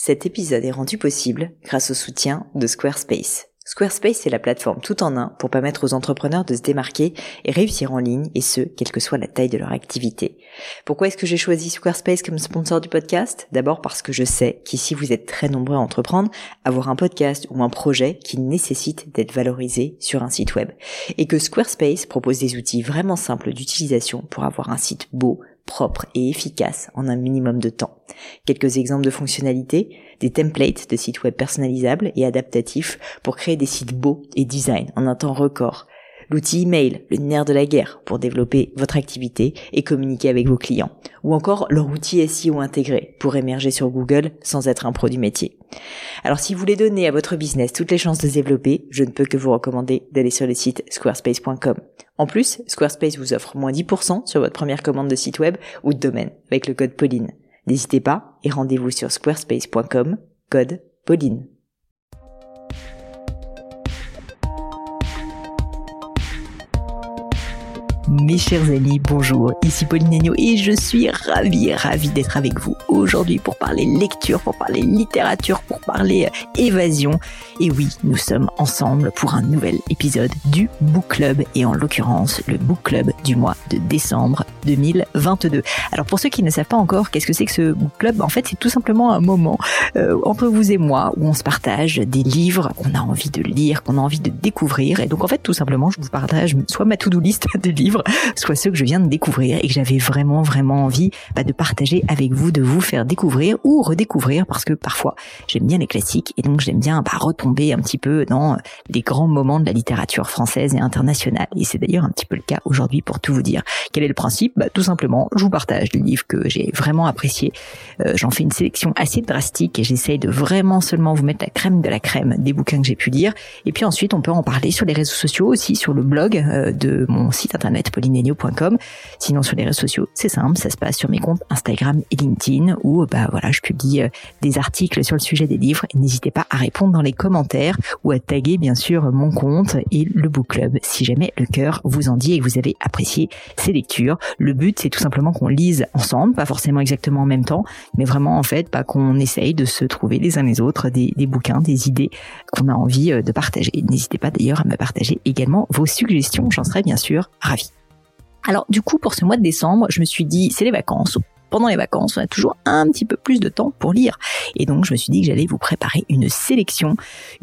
Cet épisode est rendu possible grâce au soutien de Squarespace. Squarespace est la plateforme tout en un pour permettre aux entrepreneurs de se démarquer et réussir en ligne, et ce, quelle que soit la taille de leur activité. Pourquoi est-ce que j'ai choisi Squarespace comme sponsor du podcast ? D'abord parce que je sais qu'ici vous êtes très nombreux à entreprendre, avoir un podcast ou un projet qui nécessite d'être valorisé sur un site web. Et que Squarespace propose des outils vraiment simples d'utilisation pour avoir un site beau, propre et efficace en un minimum de temps. Quelques exemples de fonctionnalités, des templates de sites web personnalisables et adaptatifs pour créer des sites beaux et design en un temps record. L'outil email, le nerf de la guerre pour développer votre activité et communiquer avec vos clients. Ou encore leur outil SEO intégré pour émerger sur Google sans être un pro du métier. Alors si vous voulez donner à votre business toutes les chances de se développer, je ne peux que vous recommander d'aller sur le site squarespace.com. En plus, Squarespace vous offre moins 10% sur votre première commande de site web ou de domaine avec le code Pauline. N'hésitez pas et rendez-vous sur squarespace.com, code Pauline. Mes chers amis, bonjour, ici Pauline Agneau et je suis ravie d'être avec vous aujourd'hui pour parler lecture, pour parler littérature, pour parler évasion. Et oui, nous sommes ensemble pour un nouvel épisode du Book Club et en l'occurrence le Book Club du mois de décembre 2022. Alors pour ceux qui ne savent pas encore qu'est-ce que c'est que ce Book Club, en fait c'est tout simplement un moment entre vous et moi où on se partage des livres qu'on a envie de lire, qu'on a envie de découvrir. Et donc en fait tout simplement je vous partage soit ma to-do list de livres, soit ceux que je viens de découvrir et que j'avais vraiment envie de partager avec vous, de vous faire découvrir ou redécouvrir, parce que parfois j'aime bien les classiques et donc j'aime bien retomber un petit peu dans les grands moments de la littérature française et internationale. Et c'est d'ailleurs un petit peu le cas aujourd'hui pour tout vous dire. Quel est le principe ? Tout simplement, je vous partage les livres que j'ai vraiment appréciés. J'en fais une sélection assez drastique et j'essaye de vraiment seulement vous mettre la crème de la crème des bouquins que j'ai pu lire. Et puis ensuite, on peut en parler sur les réseaux sociaux aussi, sur le blog de mon site internet paulineagneau.com. Sinon sur les réseaux sociaux, c'est simple, ça se passe sur mes comptes Instagram et LinkedIn où je publie des articles sur le sujet des livres. Et n'hésitez pas à répondre dans les commentaires ou à taguer bien sûr mon compte et le Book Club si jamais le cœur vous en dit et que vous avez apprécié ces lectures. Le but, c'est tout simplement qu'on lise ensemble, pas forcément exactement en même temps, mais vraiment en fait qu'on essaye de se trouver les uns les autres des bouquins, des idées qu'on a envie de partager. N'hésitez pas d'ailleurs à me partager également vos suggestions, j'en serais bien sûr ravie. Alors du coup, pour ce mois de décembre, je me suis dit, c'est les vacances. Pendant les vacances, on a toujours un petit peu plus de temps pour lire. Et donc, je me suis dit que j'allais vous préparer une sélection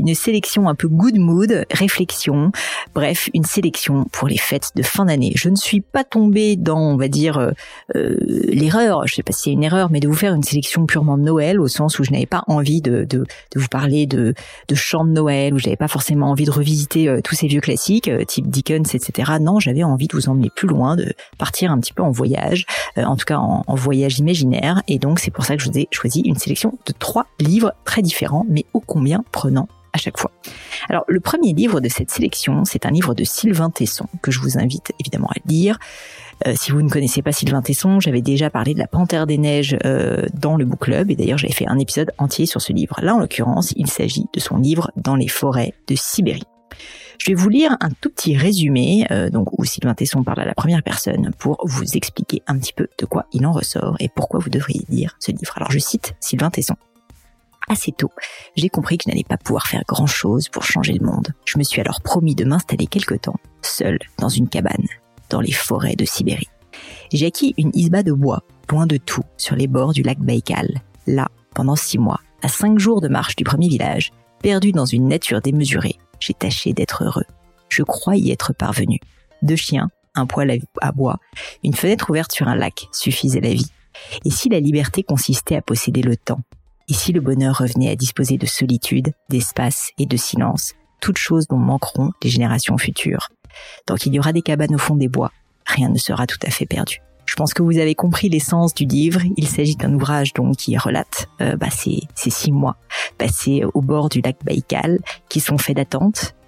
un peu good mood, réflexion, bref, une sélection pour les fêtes de fin d'année. Je ne suis pas tombée dans, on va dire, l'erreur, je sais pas si c'est une erreur, mais de vous faire une sélection purement de Noël, au sens où je n'avais pas envie de vous parler de chants de Noël, où j'avais pas forcément envie de revisiter tous ces vieux classiques, type Dickens, etc. Non, j'avais envie de vous emmener plus loin, de partir un petit peu en voyage, en tout cas en voyage imaginaire, et donc c'est pour ça que je vous ai choisi une sélection de 3 livres très différents, mais ô combien prenants à chaque fois. Alors le premier livre de cette sélection, c'est un livre de Sylvain Tesson, que je vous invite évidemment à lire. Si vous ne connaissez pas Sylvain Tesson, j'avais déjà parlé de La Panthère des Neiges dans le Book Club, et d'ailleurs j'avais fait un épisode entier sur ce livre. Là en l'occurrence, il s'agit de son livre Dans les forêts de Sibérie. Je vais vous lire un tout petit résumé, où Sylvain Tesson parle à la première personne pour vous expliquer un petit peu de quoi il en ressort et pourquoi vous devriez lire ce livre. Alors je cite Sylvain Tesson. Assez tôt, j'ai compris que je n'allais pas pouvoir faire grand-chose pour changer le monde. Je me suis alors promis de m'installer quelque temps, seul, dans une cabane, dans les forêts de Sibérie. J'ai acquis une isba de bois, loin de tout, sur les bords du lac Baïkal. Là, pendant 6 mois, à 5 jours de marche du premier village, perdu dans une nature démesurée, j'ai tâché d'être heureux. Je crois y être parvenu. 2 chiens, un poêle à bois, une fenêtre ouverte sur un lac suffisaient à la vie. Et si la liberté consistait à posséder le temps? Et si le bonheur revenait à disposer de solitude, d'espace et de silence, toutes choses dont manqueront les générations futures? Tant qu'il y aura des cabanes au fond des bois, rien ne sera tout à fait perdu. Je pense que vous avez compris l'essence du livre. Il s'agit d'un ouvrage donc qui relate ces 6 mois passés au bord du lac Baïkal, qui sont faits d'attente,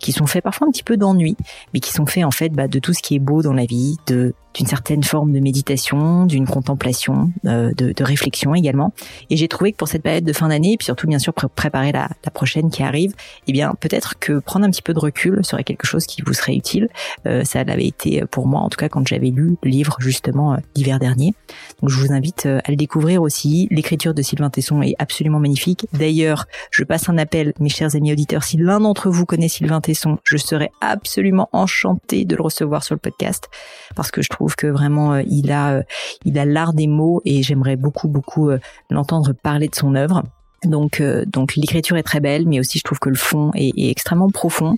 qui sont faits parfois un petit peu d'ennui, mais qui sont faits en fait de tout ce qui est beau dans la vie, d'une certaine forme de méditation, d'une contemplation, de réflexion également. Et j'ai trouvé que pour cette période de fin d'année, et puis surtout bien sûr préparer la prochaine qui arrive, eh bien peut-être que prendre un petit peu de recul serait quelque chose qui vous serait utile. Ça l'avait été pour moi en tout cas quand j'avais lu le livre justement l'hiver dernier. Donc je vous invite à le découvrir aussi. L'écriture de Sylvain Tesson est absolument magnifique. D'ailleurs, je passe un appel, mes chers amis auditeurs, si l'un d'entre vous connaît Sylvain Tesson, je serais absolument enchantée de le recevoir sur le podcast parce que je trouve que vraiment il a l'art des mots et j'aimerais beaucoup l'entendre parler de son œuvre. Donc l'écriture est très belle, mais aussi je trouve que le fond est extrêmement profond.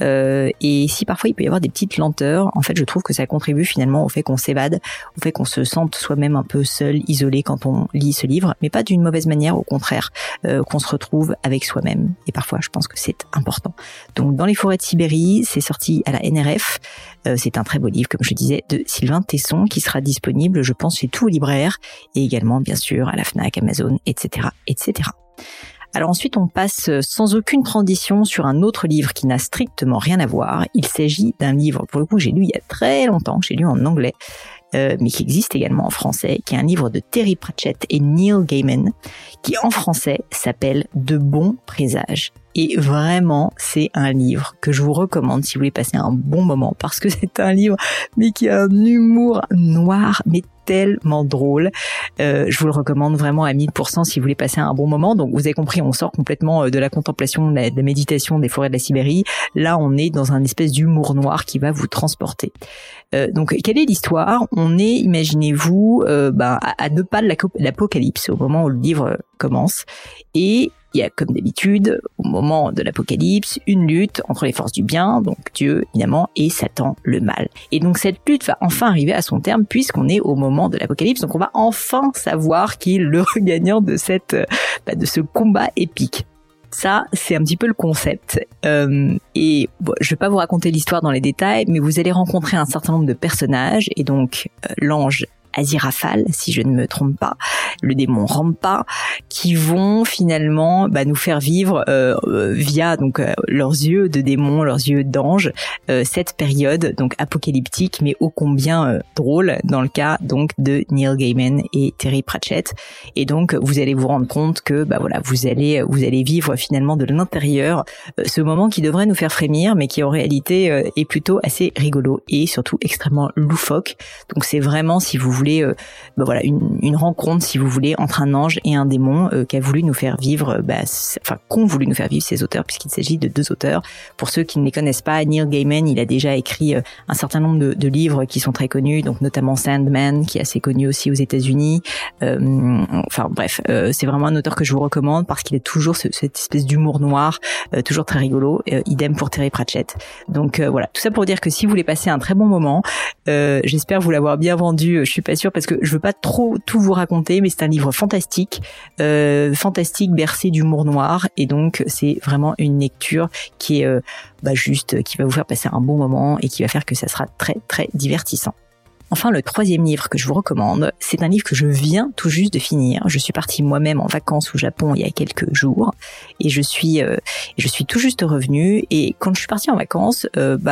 Et si parfois il peut y avoir des petites lenteurs, en fait je trouve que ça contribue finalement au fait qu'on s'évade, au fait qu'on se sente soi-même un peu seul, isolé quand on lit ce livre, mais pas d'une mauvaise manière, au contraire, qu'on se retrouve avec soi-même. Et parfois je pense que c'est important. Donc Dans les forêts de Sibérie, c'est sorti à la NRF. C'est un très beau livre, comme je disais, de Sylvain Tesson, qui sera disponible, je pense, chez tous les libraires, et également, bien sûr, à la Fnac, Amazon, etc., etc. Alors ensuite, on passe sans aucune transition sur un autre livre qui n'a strictement rien à voir. Il s'agit d'un livre, pour le coup, que j'ai lu il y a très longtemps, que j'ai lu en anglais, mais qui existe également en français, qui est un livre de Terry Pratchett et Neil Gaiman, qui en français s'appelle De bons présages. Et vraiment, c'est un livre que je vous recommande si vous voulez passer un bon moment, parce que c'est un livre, mais qui a un humour noir, mais tellement drôle. Je vous le recommande vraiment à 1000% si vous voulez passer un bon moment. Donc vous avez compris, on sort complètement de la contemplation, de la méditation des forêts de la Sibérie. Là, on est dans un espèce d'humour noir qui va vous transporter. Donc quelle est l'histoire ? On est, imaginez-vous, à 2 pas de l'apocalypse au moment où le livre commence. Et il y a, comme d'habitude, au moment de l'apocalypse, une lutte entre les forces du bien, donc Dieu, évidemment, et Satan, le mal. Et donc cette lutte va enfin arriver à son terme, puisqu'on est au moment de l'apocalypse, donc on va enfin savoir qui est le gagnant de de ce combat épique. Ça, c'est un petit peu le concept. Et bon, je vais pas vous raconter l'histoire dans les détails, mais vous allez rencontrer un certain nombre de personnages, et donc l'ange Aziraphale, si je ne me trompe pas, le démon Rampa, qui vont finalement nous faire vivre via donc leurs yeux de démons, leurs yeux d'anges, cette période donc apocalyptique, mais ô combien drôle dans le cas donc de Neil Gaiman et Terry Pratchett. Et donc vous allez vous rendre compte que vous allez vivre finalement de l'intérieur ce moment qui devrait nous faire frémir, mais qui en réalité est plutôt assez rigolo et surtout extrêmement loufoque. Donc c'est vraiment, si vous voulez une rencontre, si vous voulez, entre un ange et un démon qu'a voulu nous faire vivre, qu'ont voulu nous faire vivre ces auteurs, puisqu'il s'agit de 2 auteurs. Pour ceux qui ne les connaissent pas, Neil Gaiman, il a déjà écrit un certain nombre de livres qui sont très connus, donc notamment Sandman, qui est assez connu aussi aux États-Unis. C'est vraiment un auteur que je vous recommande parce qu'il a toujours cette espèce d'humour noir, toujours très rigolo. Idem pour Terry Pratchett. Donc voilà, tout ça pour dire que si vous voulez passer un très bon moment, j'espère vous l'avoir bien vendu. Je suis pas sûre parce que je veux pas trop tout vous raconter, mais c'est un livre fantastique, bercé d'humour noir, et donc c'est vraiment une lecture qui est qui va vous faire passer un bon moment et qui va faire que ça sera très très divertissant. Enfin, le 3e livre que je vous recommande, c'est un livre que je viens tout juste de finir. Je suis partie moi-même en vacances au Japon il y a quelques jours et je suis tout juste revenue. Et quand je suis partie en vacances,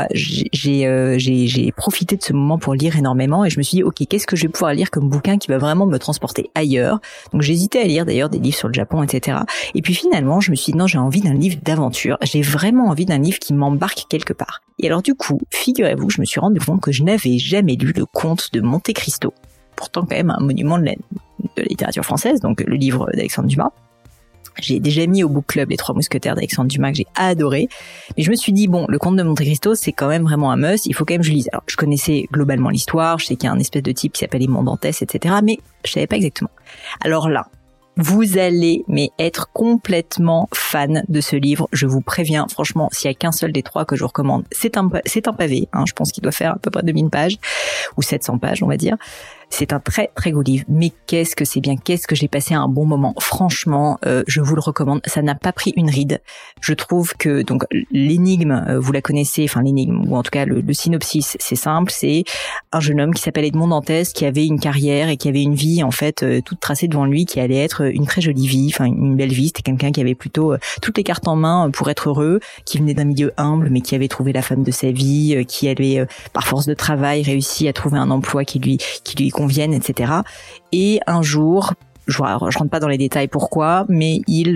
j'ai profité de ce moment pour lire énormément et je me suis dit, ok, qu'est-ce que je vais pouvoir lire comme bouquin qui va vraiment me transporter ailleurs ? Donc j'hésitais à lire d'ailleurs des livres sur le Japon, etc. Et puis finalement, je me suis dit, non, j'ai envie d'un livre d'aventure. J'ai vraiment envie d'un livre qui m'embarque quelque part. Et alors du coup, figurez-vous, je me suis rendu compte que je n'avais jamais lu le Comte de Monte Cristo, pourtant quand même un monument de la littérature française, donc le livre d'Alexandre Dumas. J'ai déjà mis au book club Les 3 mousquetaires d'Alexandre Dumas que j'ai adoré, mais je me suis dit le Comte de Monte Cristo c'est quand même vraiment un must, il faut quand même que je lise. Alors je connaissais globalement l'histoire, je sais qu'il y a un espèce de type qui s'appelle Aymon Dantès, etc., mais je savais pas exactement. Alors là, vous allez être complètement fan de ce livre, je vous préviens. Franchement, s'il y a qu'un seul des 3 que je vous recommande, c'est un pavé, je pense qu'il doit faire à peu près 2000 pages ou 700 pages, on va dire. C'est un très très beau livre, mais qu'est-ce que c'est bien, qu'est-ce que j'ai passé un bon moment. Franchement, je vous le recommande. Ça n'a pas pris une ride. Je trouve que donc l'énigme, vous la connaissez, enfin l'énigme ou en tout cas le synopsis, c'est simple. C'est un jeune homme qui s'appelle Edmond Dantès, qui avait une carrière et qui avait une vie en fait toute tracée devant lui, qui allait être une très jolie vie, enfin une belle vie. C'était quelqu'un qui avait plutôt toutes les cartes en main pour être heureux, qui venait d'un milieu humble, mais qui avait trouvé la femme de sa vie, qui avait par force de travail réussi à trouver un emploi qui lui convienne, etc. Et un jour, je rentre pas dans les détails pourquoi, mais il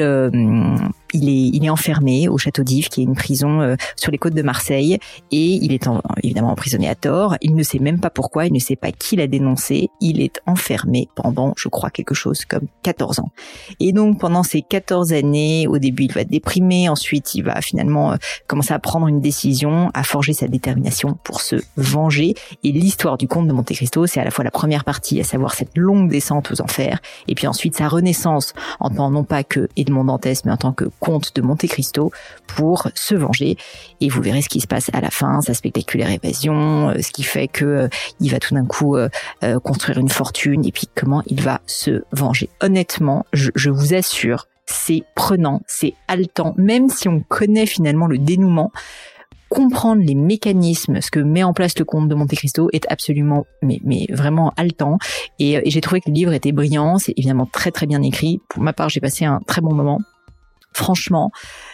est enfermé au château d'If, qui est une prison sur les côtes de Marseille, et il est évidemment emprisonné à tort. Il ne sait même pas pourquoi, il ne sait pas qui l'a dénoncé. Il est enfermé pendant, je crois, quelque chose comme 14 ans. Et donc, pendant ces 14 années, au début, il va être déprimé, ensuite, il va finalement commencer à prendre une décision, à forger sa détermination pour se venger. Et l'histoire du comte de Monte Cristo, c'est à la fois la première partie, à savoir cette longue descente aux enfers, et puis ensuite sa renaissance en tant non pas que Edmond Dantès, mais en tant que comte de Monte Cristo pour se venger. Et vous verrez ce qui se passe à la fin, sa spectaculaire évasion, ce qui fait que il va tout d'un coup construire une fortune, et puis comment il va se venger. Honnêtement, je vous assure, c'est prenant, c'est haletant, même si on connaît finalement le dénouement. Comprendre les mécanismes, ce que met en place le comte de Monte Cristo est absolument, mais vraiment haletant. Et j'ai trouvé que le livre était brillant, c'est évidemment très très bien écrit. Pour ma part, j'ai passé un très bon moment. Franchement,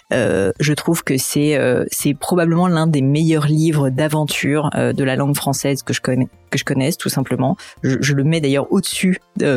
je trouve que c'est probablement l'un des meilleurs livres d'aventure de la langue française que je connaisse tout simplement. Je le mets d'ailleurs au-dessus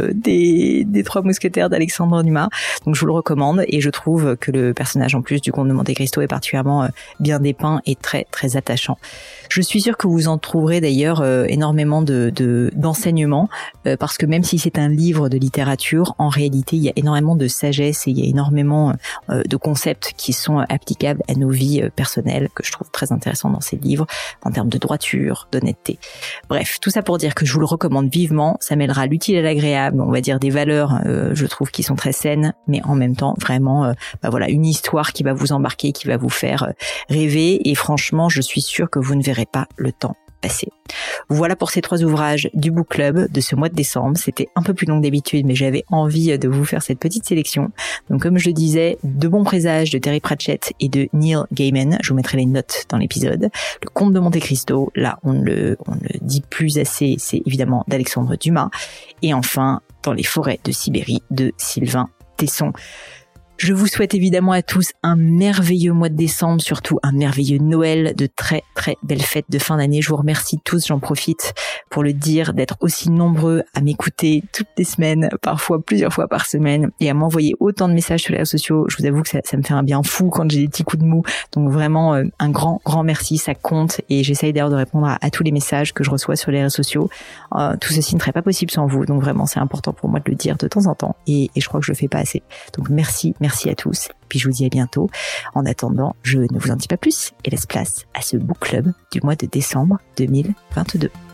des Trois Mousquetaires d'Alexandre Dumas. Donc je vous le recommande, et je trouve que le personnage en plus du comte de Monte Cristo est particulièrement bien dépeint et très très attachant. Je suis sûre que vous en trouverez d'ailleurs énormément d'enseignements, parce que même si c'est un livre de littérature, en réalité il y a énormément de sagesse et il y a énormément de concepts qui sont applicables à nos vies personnelles, que je trouve très intéressant dans ces livres, en termes de droiture, d'honnêteté. Bref, tout ça pour dire que je vous le recommande vivement. Ça mêlera l'utile à l'agréable, on va dire des valeurs, je trouve, qui sont très saines, mais en même temps vraiment voilà, une histoire qui va vous embarquer, qui va vous faire rêver, et franchement je suis sûre que vous ne verrez pas le temps passer. Voilà pour ces 3 ouvrages du Book Club de ce mois de décembre. C'était un peu plus long que d'habitude, mais j'avais envie de vous faire cette petite sélection. Donc comme je le disais, De bons présages de Terry Pratchett et de Neil Gaiman. Je vous mettrai les notes dans l'épisode. Le Comte de Monte Cristo, là on ne le dit plus assez, c'est évidemment d'Alexandre Dumas. Et enfin, Dans les forêts de Sibérie de Sylvain Tesson. Je vous souhaite évidemment à tous un merveilleux mois de décembre, surtout un merveilleux Noël, de très très belles fêtes de fin d'année. Je vous remercie tous, j'en profite pour le dire, d'être aussi nombreux à m'écouter toutes les semaines, parfois plusieurs fois par semaine, et à m'envoyer autant de messages sur les réseaux sociaux. Je vous avoue que ça me fait un bien fou quand j'ai des petits coups de mou. Donc vraiment un grand merci, ça compte, et j'essaye d'ailleurs de répondre à tous les messages que je reçois sur les réseaux sociaux. Tout ceci ne serait pas possible sans vous, donc vraiment c'est important pour moi de le dire de temps en temps, et je crois que je le fais pas assez. Donc merci à tous, puis je vous dis à bientôt. En attendant, je ne vous en dis pas plus et laisse place à ce book club du mois de décembre 2022.